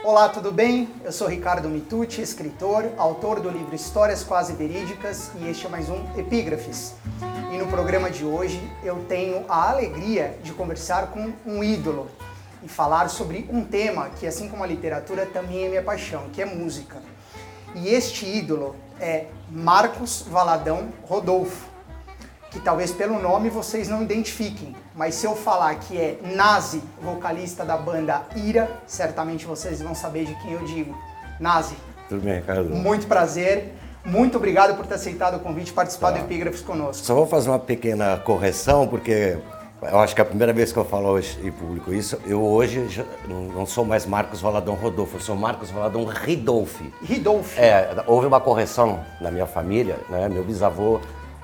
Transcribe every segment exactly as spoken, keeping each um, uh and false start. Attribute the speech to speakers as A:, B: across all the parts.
A: Olá, tudo bem? Eu sou Ricardo Mitucci, escritor, autor do livro Histórias Quase Verídicas e este é mais um Epígrafes. E no programa de hoje eu tenho a alegria de conversar com um ídolo e falar sobre um tema que, assim como a literatura, também é minha paixão, que é música. E este ídolo é Marcos Valadão Rodolfo, que talvez pelo nome vocês não identifiquem, mas se eu falar que é Nazi, vocalista da banda Ira, certamente vocês vão saber de quem eu digo. Nazi.
B: Tudo bem, Ricardo?
A: Muito prazer, muito obrigado por ter aceitado o convite e participar
B: tá.
A: do Epígrafes conosco.
B: Só vou fazer uma pequena correção, porque eu acho que é a primeira vez que eu falo hoje em público isso. Eu hoje já não sou mais Marcos Valadão Rodolfo, eu sou Marcos Valadão Ridolfi.
A: Ridolfi.
B: É, houve uma correção na minha família, né? Meu bisavô,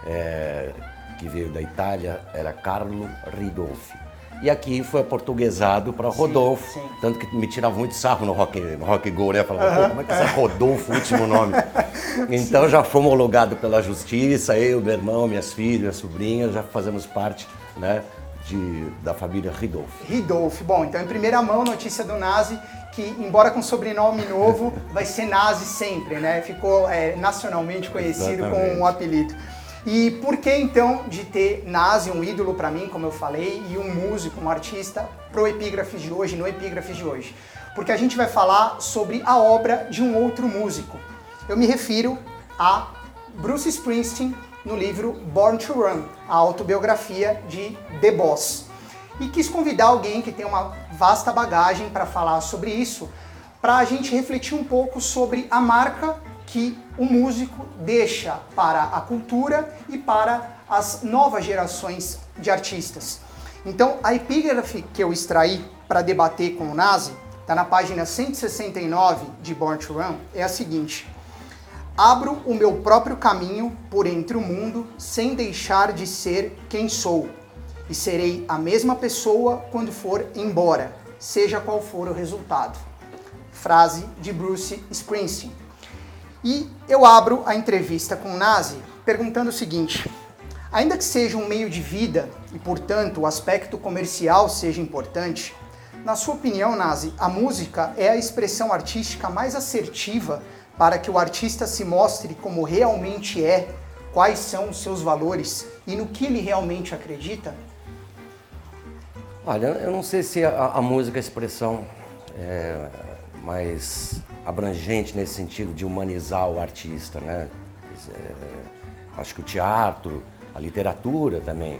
B: é, que veio da Itália, era Carlo Ridolfi. E aqui foi portuguesado para Rodolfo, sim, sim. Tanto que me tirava muito sarro no Rock, no rock Go, né? Falava, uh-huh. Pô, como é que é Rodolfo, o último nome? Então sim. Já fui homologado pela justiça, eu, meu irmão, minhas filhas, minhas sobrinhas, já fazemos parte, né, de, da família Ridolfi.
A: Ridolfi. Bom, então em primeira mão, notícia do Nazi, que embora com sobrenome novo, vai ser Nazi sempre, né? Ficou é, nacionalmente conhecido Exatamente. Com um apelido. E por que então de ter Nazi, um ídolo para mim, como eu falei, e um músico, um artista, pro Epígrafes de hoje, no Epígrafes de hoje? Porque a gente vai falar sobre a obra de um outro músico. Eu me refiro a Bruce Springsteen no livro Born to Run, a autobiografia de The Boss. E quis convidar alguém que tem uma vasta bagagem para falar sobre isso, para a gente refletir um pouco sobre a marca que o músico deixa para a cultura e para as novas gerações de artistas. Então, a epígrafe que eu extraí para debater com o Nazi, está na página cento e sessenta e nove de Born to Run, é a seguinte: abro o meu próprio caminho por entre o mundo sem deixar de ser quem sou, e serei a mesma pessoa quando for embora, seja qual for o resultado. Frase de Bruce Springsteen. E eu abro a entrevista com o Nazi perguntando o seguinte: ainda que seja um meio de vida e, portanto, o aspecto comercial seja importante, na sua opinião, Nazi, a música é a expressão artística mais assertiva para que o artista se mostre como realmente é, quais são os seus valores e no que ele realmente acredita?
B: Olha, eu não sei se a, a música é a expressão é, mais abrangente nesse sentido de humanizar o artista, né? É, acho que o teatro, a literatura também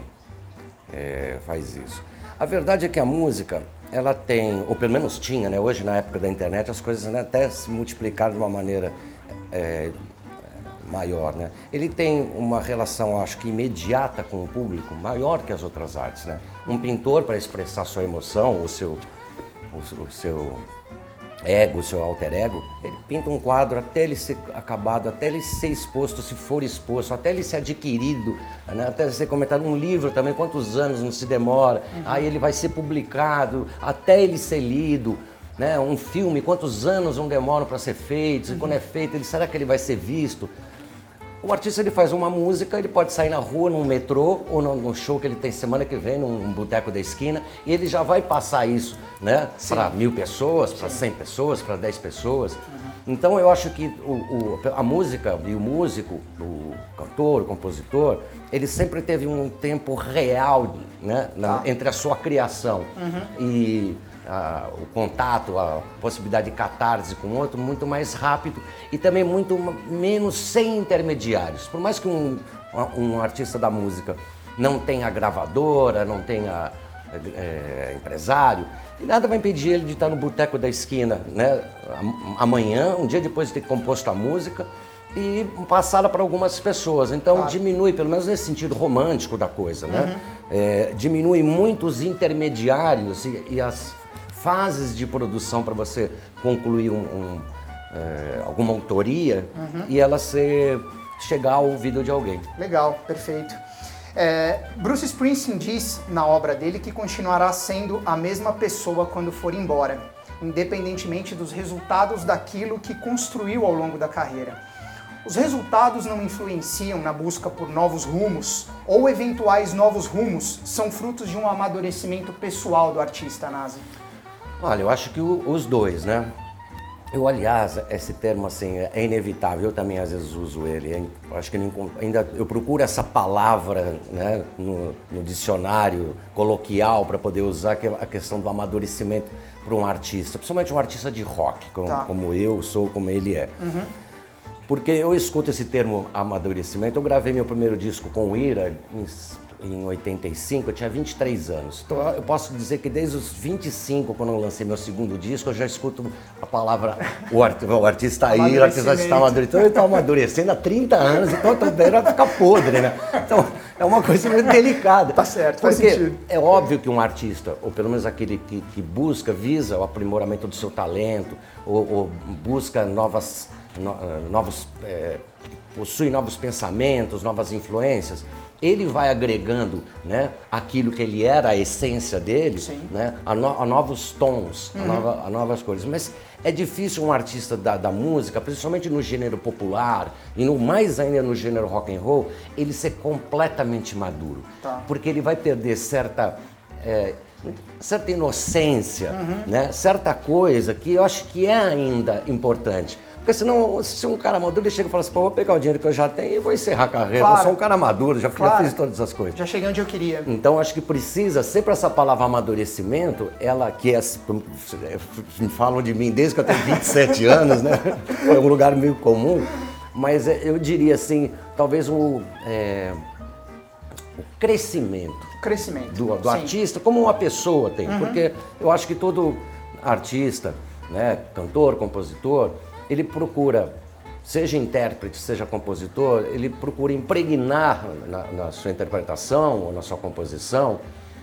B: é, faz isso. A verdade é que a música, ela tem, ou pelo menos tinha, né? Hoje, na época da internet, as coisas, né, até se multiplicaram de uma maneira é, maior, né? Ele tem uma relação, acho que imediata com o público, maior que as outras artes, né? Um pintor, para expressar sua emoção, o seu, o, o seu ego, o seu alter ego, ele pinta um quadro até ele ser acabado, até ele ser exposto, se for exposto, até ele ser adquirido, né? Até ser comentado. Um livro também, quantos anos não se demora, uhum. Aí ele vai ser publicado, até ele ser lido, né? Um filme, quantos anos não demoram para ser feito, uhum. E quando é feito, ele, será que ele vai ser visto? O artista, ele faz uma música, ele pode sair na rua, num metrô, ou no show que ele tem semana que vem, num boteco da esquina, e ele já vai passar isso, né, para mil pessoas, para cem pessoas, para dez pessoas. Uhum. Então eu acho que o, o, a música e o músico, o cantor, o compositor, ele sempre teve um tempo real, né, na, tá. entre a sua criação uhum. e a, o contato, a possibilidade de catarse com o outro muito mais rápido e também muito menos sem intermediários. Por mais que um, um artista da música não tenha gravadora, não tenha é, empresário, nada vai impedir ele de estar no boteco da esquina, né, amanhã, um dia depois de ter composto a música, e passá-la para algumas pessoas. Então claro. Diminui, pelo menos nesse sentido romântico da coisa, né? Uhum. É, diminui muito os intermediários e, e as fases de produção para você concluir um, um, é, alguma autoria uhum. e ela ser, chegar ao ouvido de alguém.
A: Legal, perfeito. É, Bruce Springsteen diz na obra dele que continuará sendo a mesma pessoa quando for embora, independentemente dos resultados daquilo que construiu ao longo da carreira. Os resultados não influenciam na busca por novos rumos, ou eventuais novos rumos são frutos de um amadurecimento pessoal do artista, Nazi?
B: Olha, eu acho que o, os dois, né? Eu, aliás, esse termo assim é inevitável, eu também às vezes uso ele. Eu acho que ainda eu procuro essa palavra, né, no, no dicionário coloquial para poder usar, que é a questão do amadurecimento para um artista, principalmente um artista de rock, como, tá. como eu sou, como ele é. Uhum. Porque eu escuto esse termo amadurecimento. Eu gravei meu primeiro disco com o Ira em em oitenta e cinco, eu tinha vinte e três anos. Então eu posso dizer que desde os vinte e cinco, quando eu lancei meu segundo disco, eu já escuto a palavra, o, art, o artista aí, o artista está amadurecendo. Então eu estou amadurecendo há trinta anos, então eu também vai ficar podre, né? Então é uma coisa muito delicada.
A: Tá certo, faz
B: porque
A: sentido.
B: É óbvio que um artista, ou pelo menos aquele que, que busca, visa o aprimoramento do seu talento, ou, ou busca novas, no, novos, é, possui novos pensamentos, novas influências, ele vai agregando, né, aquilo que ele era, a essência dele, né, a, no, a novos tons, uhum. a, nova, a novas coisas. Mas é difícil um artista da, da música, principalmente no gênero popular e no, mais ainda no gênero rock and roll, ele ser completamente maduro. Tá. Porque ele vai perder certa, é, certa inocência, uhum. né, certa coisa que eu acho que é ainda importante. Porque senão, se um cara maduro, ele chega e fala assim, pô, vou pegar o dinheiro que eu já tenho e vou encerrar a carreira. Claro. Eu sou um cara maduro, já, claro. já fiz todas essas coisas.
A: Já cheguei onde eu queria.
B: Então, acho que precisa, sempre essa palavra amadurecimento, ela que é, me falam de mim desde que eu tenho vinte e sete anos, né? É um lugar meio comum, mas eu diria assim, talvez o, é, o crescimento,
A: crescimento.
B: do, do artista, como uma pessoa tem. Uhum. Porque eu acho que todo artista, né, cantor, compositor, ele procura, seja intérprete, seja compositor, ele procura impregnar na, na sua interpretação ou na sua composição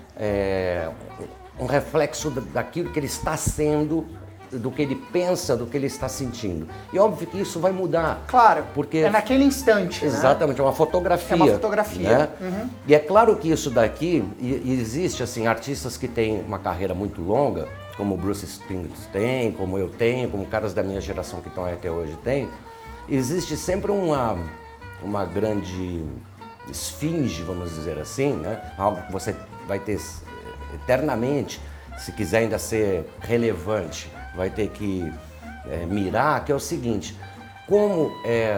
B: é, um reflexo daquilo que ele está sendo, do que ele pensa, do que ele está sentindo. E óbvio que isso vai mudar.
A: Claro,
B: porque
A: é naquele instante.
B: Exatamente,
A: né?
B: é uma fotografia.
A: É uma fotografia.
B: Né?
A: Uhum.
B: E é claro que isso daqui, e, e existe assim, artistas que têm uma carreira muito longa, como o Bruce Springsteen tem, como eu tenho, como caras da minha geração que estão aí até hoje têm, existe sempre uma, uma grande esfinge, vamos dizer assim, né? Algo que você vai ter eternamente, se quiser ainda ser relevante, vai ter que é, mirar, que é o seguinte, como é,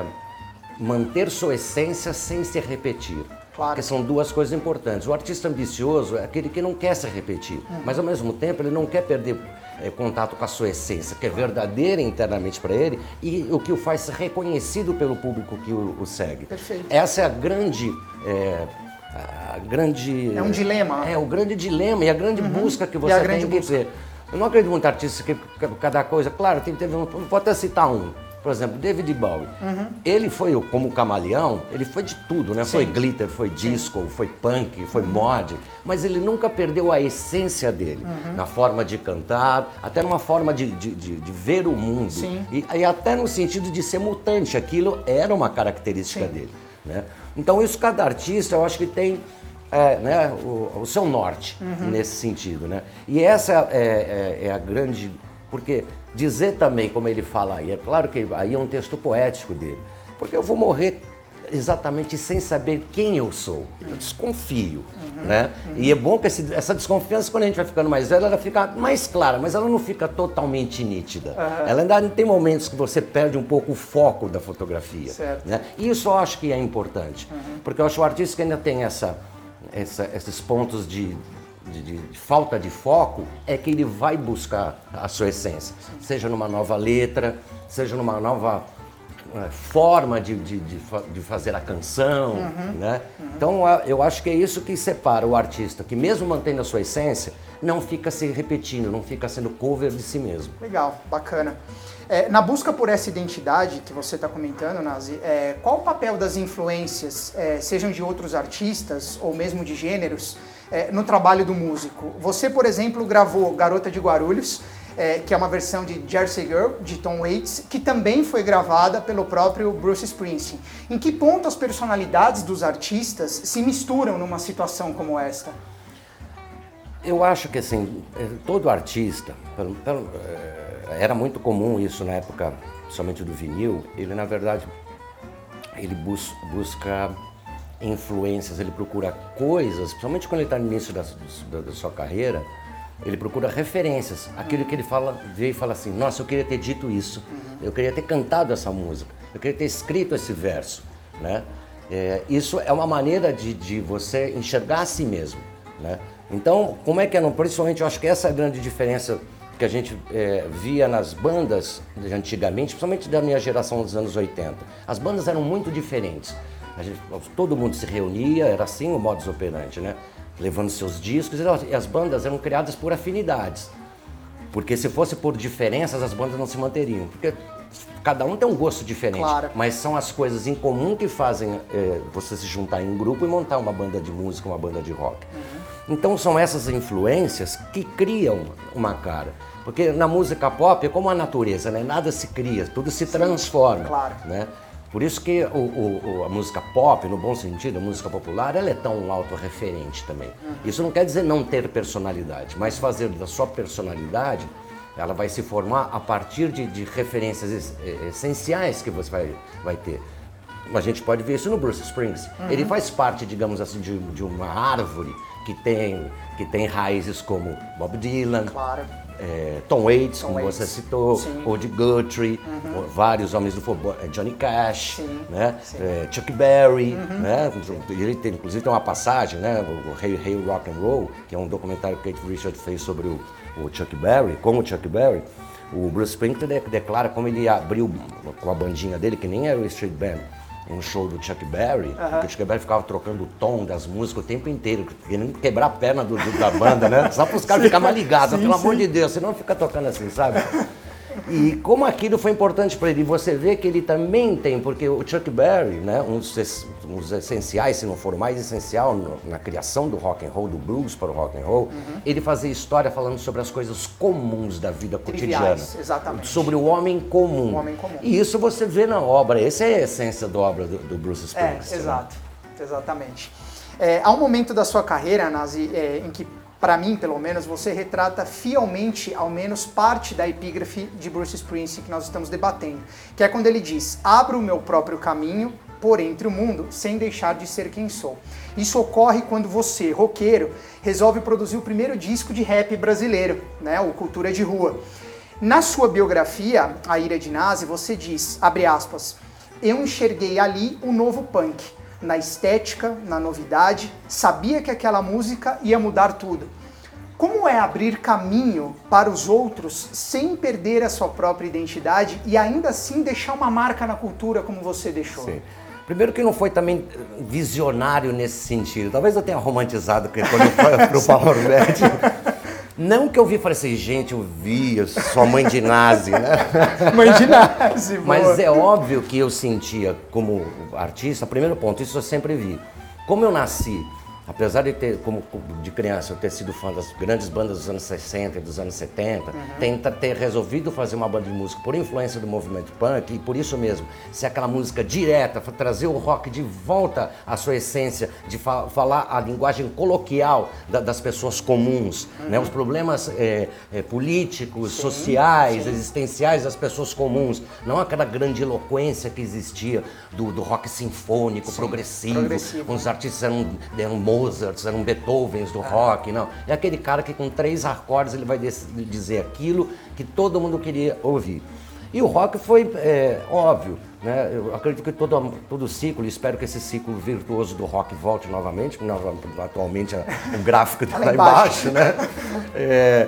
B: manter sua essência sem se repetir. Claro. Porque são duas coisas importantes. O artista ambicioso é aquele que não quer se repetir, uhum. mas ao mesmo tempo ele não quer perder é, contato com a sua essência, que é verdadeira internamente para ele e o que o faz ser reconhecido pelo público que o, o segue.
A: Perfeito.
B: Essa é a grande... É, a grande...
A: É um dilema.
B: É, o grande dilema e a grande uhum. busca que você tem que ter. Eu não acredito muito em artista que cada coisa... Claro, tem, teve um, vou até citar um. Por exemplo, David Bowie, uhum. ele foi, como camaleão, ele foi de tudo, né? Sim. Foi glitter, foi disco, Sim. foi punk, foi uhum. mod, mas ele nunca perdeu a essência dele, uhum. na forma de cantar, até numa forma de, de, de, de ver o mundo, e, e até no sentido de ser mutante, aquilo era uma característica Sim. dele, né? Então isso cada artista, eu acho que tem é, né, o, o seu norte uhum. nesse sentido, né? E essa é, é, é a grande... Porque dizer também, como ele fala aí, é claro que aí é um texto poético dele, porque eu vou morrer exatamente sem saber quem eu sou. Eu desconfio, uhum, né? Uhum. E é bom que esse, essa desconfiança, quando a gente vai ficando mais velho, ela fica mais clara, mas ela não fica totalmente nítida. Uhum. Ela ainda tem momentos que você perde um pouco o foco da fotografia. Certo. Né? E isso eu acho que é importante, uhum. porque eu acho que o artista que ainda tem essa, essa, esses pontos de... De, de, de falta de foco, é que ele vai buscar a sua essência, seja numa nova letra, seja numa nova é, forma de, de, de, de fazer a canção, uhum, né? Uhum. Então eu acho que é isso que separa o artista, que mesmo mantendo a sua essência, não fica se repetindo, não fica sendo cover de si mesmo.
A: Legal, bacana. É, na busca por essa identidade que você está comentando, Nazi, é, qual o papel das influências, é, sejam de outros artistas ou mesmo de gêneros, é, no trabalho do músico? Você, por exemplo, gravou Garota de Guarulhos, é, que é uma versão de Jersey Girl, de Tom Waits, que também foi gravada pelo próprio Bruce Springsteen. Em que ponto as personalidades dos artistas se misturam numa situação como esta?
B: Eu acho que, assim, todo artista, pelo, pelo, era muito comum isso na época, somente do vinil, ele, na verdade, ele bus, busca influências, ele procura coisas, principalmente quando ele está no início da, da, da sua carreira, Ele procura referências, aquilo que ele fala, vê e fala assim, nossa, eu queria ter dito isso, eu queria ter cantado essa música, eu queria ter escrito esse verso, né? É, isso é uma maneira de, de você enxergar a si mesmo, né? Então, como é que é, não? Principalmente, eu acho que essa é a grande diferença que a gente é, via nas bandas de antigamente, principalmente da minha geração dos anos oitenta. As bandas eram muito diferentes. A gente, todo mundo se reunia, era assim o modus operandi, né? Levando seus discos, e as bandas eram criadas por afinidades. Porque se fosse por diferenças, as bandas não se manteriam. Porque cada um tem um gosto diferente,
A: claro.
B: Mas são as coisas em comum que fazem é, você se juntar em um grupo e montar uma banda de música, uma banda de rock. Uhum. Então são essas influências que criam uma cara. Porque na música pop é como a natureza, né? Nada se cria, tudo se transforma. Sim,
A: claro.
B: Né? Por isso que o, o, a música pop, no bom sentido, a música popular, ela é tão autorreferente também. Uhum. Isso não quer dizer não ter personalidade, mas fazer da sua personalidade, ela vai se formar a partir de, de referências essenciais que você vai, vai ter. A gente pode ver isso no Bruce Springsteen. Uhum. Ele faz parte, digamos assim, de, de uma árvore que tem, que tem raízes como Bob Dylan,
A: claro.
B: é, Tom Waits,
A: Tom
B: como
A: Waits.
B: você citou, Oldie Guthrie, uhum. vários homens do futebol, Johnny Cash, sim, né? Sim. É, Chuck Berry, uhum. né? Ele tem, inclusive tem uma passagem, né? o Hey, hey Rock and Roll, que é um documentário que Keith Richards fez sobre o, o Chuck Berry, como o Chuck Berry. O Bruce Springsteen declara como ele abriu com a bandinha dele, que nem era o Street Band, um show do Chuck Berry, uh-huh. que o Chuck Berry ficava trocando o tom das músicas o tempo inteiro, querendo quebrar a perna do, do, da banda, né? Só para os caras ficarem mais ligados, pelo sim. amor de Deus, senão fica tocando assim, sabe? E como aquilo foi importante para ele, você vê que ele também tem, porque o Chuck Berry, né, um dos, um dos essenciais, se não for o mais essencial no, na criação do rock and roll, do blues para o rock and roll, uhum. ele fazia história falando sobre as coisas comuns da vida
A: Triviais,
B: cotidiana,
A: exatamente.
B: Sobre o homem comum.
A: O homem comum.
B: E isso você vê na obra, essa é a essência da obra do, do Bruce Springsteen.
A: É, exato, né? Exatamente. É, há um momento da sua carreira, Nazi, é, em que para mim, pelo menos, você retrata fielmente, ao menos, parte da epígrafe de Bruce Springsteen que nós estamos debatendo, que é quando ele diz, abro o meu próprio caminho por entre o mundo, sem deixar de ser quem sou. Isso ocorre quando você, roqueiro, resolve produzir o primeiro disco de rap brasileiro, né, o Cultura de Rua. Na sua biografia, A Ira de Nazi, você diz, abre aspas, eu enxerguei ali um novo punk, na estética, na novidade, sabia que aquela música ia mudar tudo. Como é abrir caminho para os outros sem perder a sua própria identidade e ainda assim deixar uma marca na cultura como você deixou?
B: Sim. Primeiro que não foi também visionário nesse sentido. Talvez eu tenha romantizado quando eu fui para o Power Band. Não que eu vi e falei assim, gente, eu vi, eu sou mãe de Nazi, né?
A: Mãe de Nazi, boa.
B: Mas é óbvio que eu sentia como artista, primeiro ponto, isso eu sempre vi. Como eu nasci, apesar de ter, como de criança, eu ter sido fã das grandes bandas dos anos sessenta e dos anos setenta, uhum. tenta ter resolvido fazer uma banda de música por influência do movimento punk e por isso mesmo, ser aquela música direta, trazer o rock de volta à sua essência, de fa falar a linguagem coloquial da, das pessoas comuns, uhum. né? Os problemas é, é, políticos, sim, sociais, sim. existenciais das pessoas comuns, não aquela grandiloquência que existia do, do rock sinfônico, sim, progressivo, progressivo, os artistas eram, eram Mozart, eram Beethovens do rock, não. É aquele cara que com três acordes ele vai dizer aquilo que todo mundo queria ouvir. E o rock foi é, óbvio, né? Eu acredito que todo, todo ciclo, espero que esse ciclo virtuoso do rock volte novamente, porque atualmente o gráfico está lá embaixo, né? É,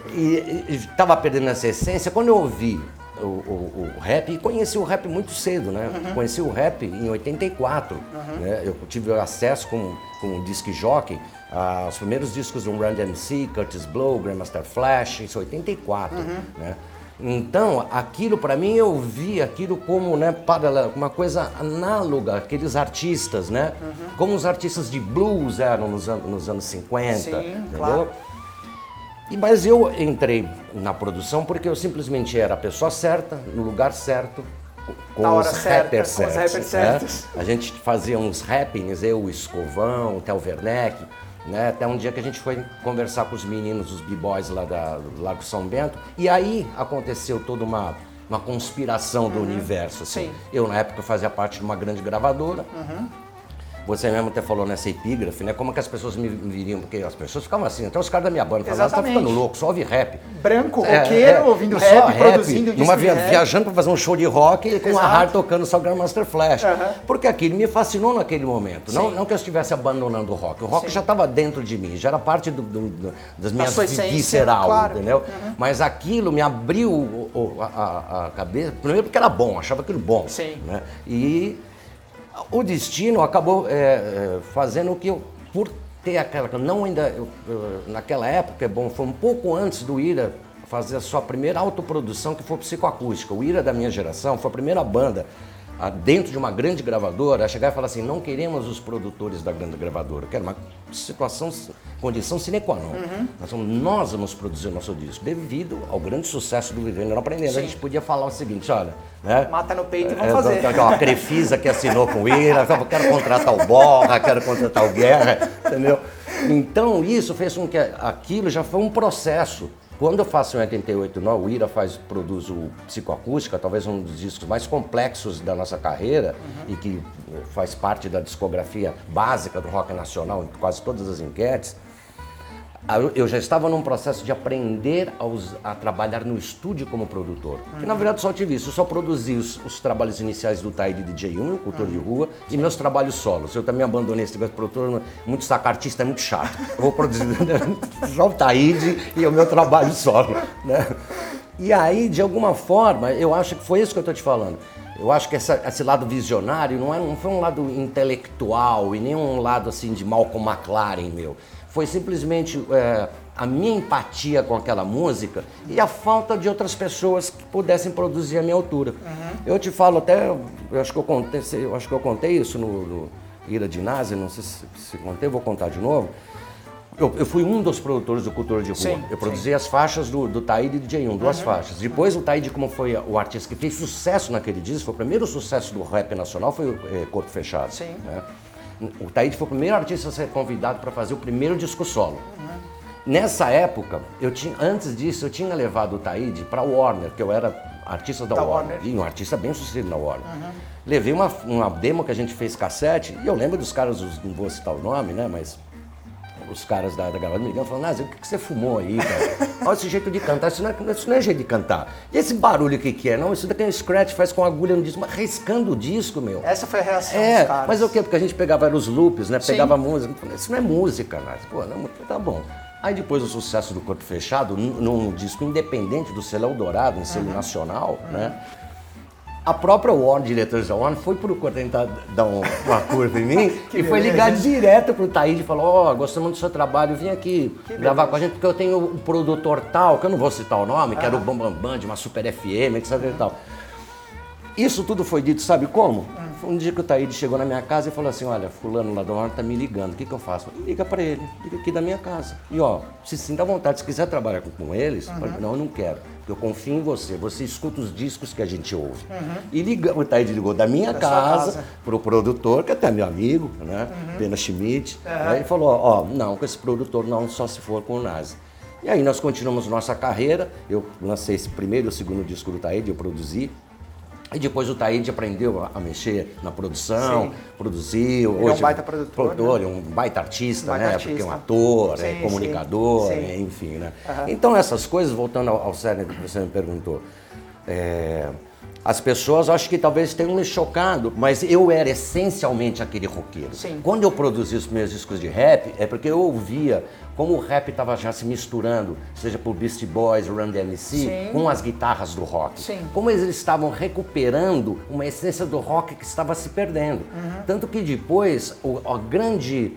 B: e estava perdendo essa essência. Quando eu ouvi O, o, o rap, e conheci o rap muito cedo, né? Uhum. Conheci o rap em oitenta e quatro, uhum. né? Eu tive acesso com, com o disc jockey aos primeiros discos do Run D M C, Curtis Blow, Grandmaster Flash, isso em oitenta e quatro, uhum. né? Então, aquilo para mim, eu vi aquilo como, né, para uma coisa análoga àqueles artistas, né? Uhum. Como os artistas de blues eram nos, an nos anos cinquenta,
A: sim,
B: entendeu?
A: Claro.
B: E, mas eu entrei na produção porque eu simplesmente era a pessoa certa, no lugar certo, com
A: na
B: os
A: hora certa,
B: rappers
A: com os rappers certos.
B: Né? A gente fazia uns rappings, eu, o Escovão, o Theo Werneck, né? Até um dia que a gente foi conversar com os meninos, os b-boys lá da, do Lago São Bento, e aí aconteceu toda uma, uma conspiração do uhum. universo. Assim.
A: Sim.
B: Eu, na época, fazia parte de uma grande gravadora, uhum. você mesmo até falou nessa epígrafe, né? Como que as pessoas me viriam, porque as pessoas ficavam assim, até os caras da minha banda falavam, tá ficando louco, só ouve rap.
A: Branco, roqueiro, é, é, ouvindo rap, rap, produzindo disco
B: numa via,
A: rap.
B: Viajando para fazer um show de rock e com
A: Exato.
B: a Hard tocando só Grandmaster Flash.
A: Uhum.
B: Porque aquilo me fascinou naquele momento. Não, não que eu estivesse abandonando o rock. O rock Sim. já estava dentro de mim, já era parte do, do, do, das minhas visceral, claro. Entendeu? Uhum. Mas aquilo me abriu o, o, a, a cabeça, primeiro porque era bom, achava aquilo bom.
A: Sim.
B: Né? E o destino acabou é, é, fazendo o que eu, por ter aquela, não ainda, eu, eu, naquela época, é bom, foi um pouco antes do Ira fazer a sua primeira autoprodução, que foi psicoacústica. O Ira da minha geração foi a primeira banda dentro de uma grande gravadora a chegar e falar assim, não queremos os produtores da grande gravadora, que era uma situação, condição sine qua non. Uhum. Nós, vamos, nós vamos produzir o nosso disco, devido ao grande sucesso do Vivendo Não Aprendendo. Sim. A gente podia falar o seguinte, olha... Né?
A: Mata no peito e vamos
B: é,
A: fazer.
B: A Crefisa que assinou com o Ira, eu quero contratar o Borra, quero contratar o Guerra, entendeu? Então isso fez com que aquilo já foi um processo. Quando eu faço em oitenta e oito, não, o Ira faz, produz o Psicoacústica, talvez um dos discos mais complexos da nossa carreira, uhum. e que faz parte da discografia básica do rock nacional em quase todas as enquetes. Eu já estava num processo de aprender a, us- a trabalhar no estúdio como produtor. Uhum. Que na verdade só tive isso, eu só produzi os, os trabalhos iniciais do Taíde D J um, o Cultura uhum. de Rua, Sim. e meus trabalhos solos. Eu também abandonei esse negócio de produtor, muito sacar artista é muito chato. Eu vou produzir só o Taíde e o meu trabalho solo. Né? E aí, de alguma forma, eu acho que foi isso que eu estou te falando. Eu acho que essa, esse lado visionário não, é, não foi um lado intelectual e nem um lado assim de Malcolm McLaren meu. Foi simplesmente é, a minha empatia com aquela música e a falta de outras pessoas que pudessem produzir a minha altura. Uhum. Eu te falo até, eu acho que eu contei, eu acho que eu contei isso no, no Ira de Nazi, não sei se, se contei, vou contar de novo. Eu, eu fui um dos produtores do Cultura de Rua. Sim, eu produzi sim. as faixas do, do Taíde e do D J um, duas uhum. faixas. Depois o Taíde, como foi o artista que fez sucesso naquele disco, foi o primeiro sucesso do rap nacional, foi o é, Corpo Fechado. Sim. Né? O Taíde foi o primeiro artista a ser convidado para fazer o primeiro disco solo. Uhum. Nessa época, eu tinha, antes disso, eu tinha levado o Taíde para a Warner, que eu era artista da, da Warner, Warner, e um artista bem sucedido na Warner. Uhum. Levei uma, uma demo que a gente fez cassete, e eu lembro dos caras, não vou citar o nome, né, mas os caras da, da gravadora me ligando, falando, Nazi, o que, que você fumou aí, cara? Olha esse jeito de cantar, isso não, é, isso não é jeito de cantar. E esse barulho que que é? Não, isso daqui é um scratch, faz com agulha no disco, mas riscando o disco, meu.
A: Essa foi a reação
B: é,
A: dos caras.
B: Mas o quê? Porque a gente pegava os loops, né, pegava a música, isso não é música, Nazi. Pô, não, tá bom. Aí depois o sucesso do Corpo Fechado, num, num disco independente do selo Eldorado, em selo uhum. nacional, uhum. né? A própria Warner, diretores da Warner, foi procurar tentar dar um, uma curva em mim e foi ligar direto pro Taíde e falou, ó, oh, gostamos do seu trabalho, vim aqui que gravar beleza. Com a gente, porque eu tenho o produtor tal, que eu não vou citar o nome, ah. que era o Bambam Bam, de uma Super F M, etcétera e tal. Isso tudo foi dito, sabe como? Foi um dia que o Taíde chegou na minha casa e falou assim, olha, fulano lá da Warner tá me ligando, o que que eu faço? Liga pra ele, liga aqui da minha casa. E ó, se sinta à vontade, se quiser trabalhar com, com eles, uhum. pode, não, eu não quero, porque eu confio em você, você escuta os discos que a gente ouve. Uhum. E liga, o Taíde ligou da minha da casa, casa pro produtor, que até é meu amigo, né, uhum. Pena Schmidt, uhum. né, e falou, ó, não, com esse produtor não, só se for com o Nazi. E aí nós continuamos nossa carreira, eu lancei esse primeiro e o segundo disco do Taíde, eu produzi. E depois o Taíde aprendeu a, a mexer na produção, Sim. produziu.
A: Ele
B: hoje,
A: é um baita produtor,
B: produtor
A: né?
B: um baita artista,
A: baita
B: né?
A: Artista.
B: Porque é um ator,
A: sim,
B: é comunicador,
A: sim.
B: É, enfim, né?
A: Uhum.
B: Então essas coisas, voltando ao, ao cerne que você me perguntou, é, as pessoas acho que talvez tenham me chocado, mas eu era essencialmente aquele roqueiro.
A: Sim.
B: Quando eu produzi os meus discos de rap, é porque eu ouvia como o rap estava já se misturando, seja por Beastie Boys, Run D M C, Sim. com as guitarras do rock. Sim. Como eles estavam recuperando uma essência do rock que estava se perdendo. Uhum. Tanto que depois, o, o grande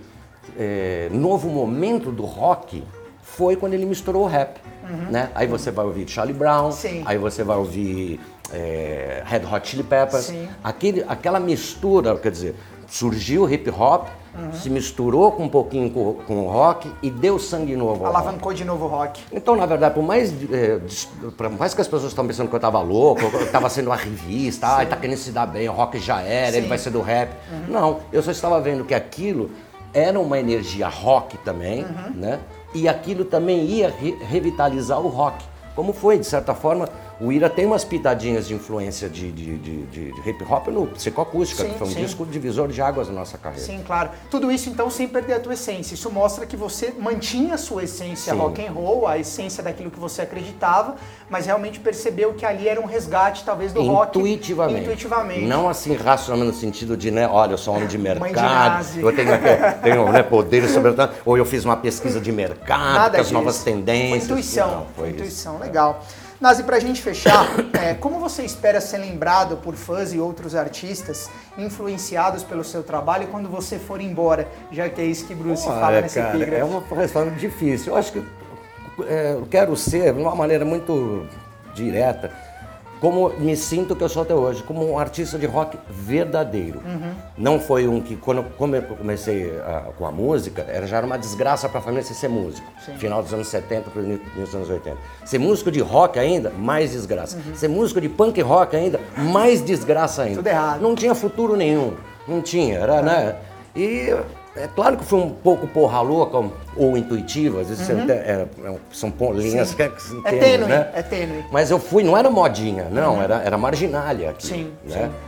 B: é, novo momento do rock foi quando ele misturou o rap. Uhum. Né? Aí você vai ouvir Charlie Brown, Sim. aí você vai ouvir é, Red Hot Chili Peppers. Aquele, aquela mistura, quer dizer, surgiu o hip hop, Uhum. se misturou com um pouquinho com, com o rock e deu sangue novo ao
A: Alavancou
B: rock.
A: de novo o rock.
B: Então, na verdade, por mais, é, por mais que as pessoas estão pensando que eu estava louco, eu estava sendo uma revista, ah, tá querendo se dar bem, o rock já era, Sim. ele vai ser do rap. Uhum. Não, eu só estava vendo que aquilo era uma energia rock também, uhum. né? E aquilo também ia re revitalizar o rock. Como foi, de certa forma, O Ira tem umas pitadinhas de influência de, de, de, de, de hip hop no Psicoacústica,
A: Sim,
B: que foi um
A: sim.
B: disco divisor de águas na nossa carreira.
A: Sim, claro. Tudo isso então sem perder a tua essência. Isso mostra que você mantinha a sua essência
B: Sim.
A: rock and roll, a essência daquilo que você acreditava, mas realmente percebeu que ali era um resgate talvez do rock
B: Intuitivamente.
A: intuitivamente.
B: Não assim racionalmente no sentido de, né, olha, eu sou homem de
A: Mãe de
B: mercado,
A: nazi.
B: eu tenho, tenho né, poderes sobre... Ou eu fiz uma pesquisa de mercado,
A: Nada
B: com as
A: disso.
B: novas tendências.
A: Foi intuição.
B: Não, foi
A: intuição,
B: isso.
A: legal. Nazi, pra gente fechar, é, como você espera ser lembrado por fãs e outros artistas influenciados pelo seu trabalho quando você for embora? Já que é isso que Bruce
B: Olha,
A: fala nesse
B: cara,
A: epígrafe.
B: é uma resposta difícil. Eu acho que é, eu quero ser, de uma maneira muito direta, como me sinto que eu sou até hoje, como um artista de rock verdadeiro.
A: Uhum.
B: Não foi um que, quando como eu comecei a, com a música, era, já era uma desgraça para a família ser músico.
A: Sim.
B: Final dos anos setenta para início dos anos oitenta. Ser músico de rock ainda, mais desgraça.
A: Uhum.
B: Ser músico de punk rock ainda, mais desgraça ainda.
A: Tudo errado.
B: Não tinha futuro nenhum, não tinha, era, né? E é claro que foi um pouco porra louca ou intuitiva, às vezes você tem- é, é, são pô- linhas
A: Sim.
B: que que se
A: É
B: entendem,
A: tênue,
B: né?
A: é tênue.
B: Mas eu fui, não era modinha, não, era, era marginália aqui.
A: Sim,
B: né?
A: sim.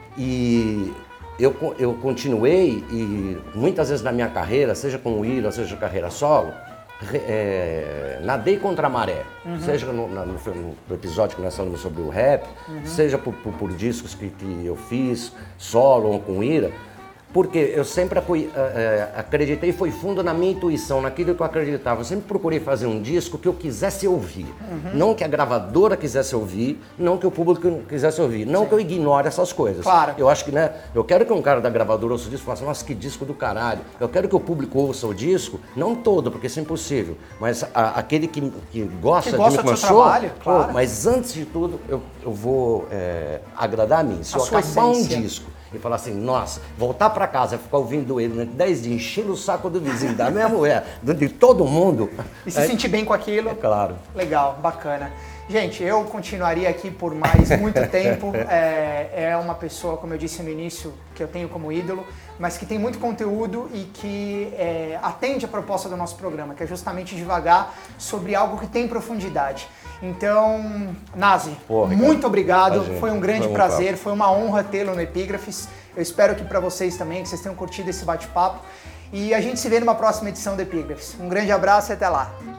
B: E eu, co- eu continuei e muitas vezes na minha carreira, seja com o Ira, seja carreira solo, re- é, nadei contra a maré.
A: Uhum.
B: Seja no, na- no, no episódio que nós falamos sobre o rap,
A: Uhum.
B: seja por, por- por discos que, que eu fiz solo ou com o Ira. Porque eu sempre acu- eh, eh, acreditei, foi fundo na minha intuição, naquilo que eu acreditava. Eu sempre procurei fazer um disco que eu quisesse ouvir.
A: Uhum.
B: Não que a gravadora quisesse ouvir, não que o público quisesse ouvir. Não
A: Sim.
B: que eu ignore essas coisas.
A: Claro.
B: Eu acho que, né, eu quero que um cara da gravadora ouça o disco e fale assim, nossa, que disco do caralho. Eu quero que o público ouça o disco, não todo, porque isso é impossível, mas a- aquele que, que gosta,
A: Que gosta
B: de mim
A: do seu
B: como eu sou,
A: trabalho,
B: pô,
A: claro.
B: mas antes de tudo, eu, eu vou eh, agradar a mim. Se
A: A
B: eu
A: sua
B: acabar um
A: essência.
B: disco e falar assim, nossa, voltar pra casa, ficar ouvindo ele né, dez dias, enchendo o saco do vizinho, da minha mulher, do- de todo mundo.
A: E se
B: é,
A: sentir bem com aquilo.
B: é claro.
A: Legal, bacana. Gente, eu continuaria aqui por mais muito tempo. É, é uma pessoa, como eu disse no início, que eu tenho como ídolo, mas que tem muito conteúdo e que é, atende a proposta do nosso programa, que é justamente divagar sobre algo que tem profundidade. Então, Nazi,
B: Pô, Ricardo,
A: muito obrigado.
B: imagina,
A: Foi um grande
B: foi um
A: prazer,
B: papo.
A: foi uma honra tê-lo no Epígrafes. Eu espero que para vocês também, que vocês tenham curtido esse bate-papo. E a gente se vê numa próxima edição do Epígrafes. Um grande abraço e até lá.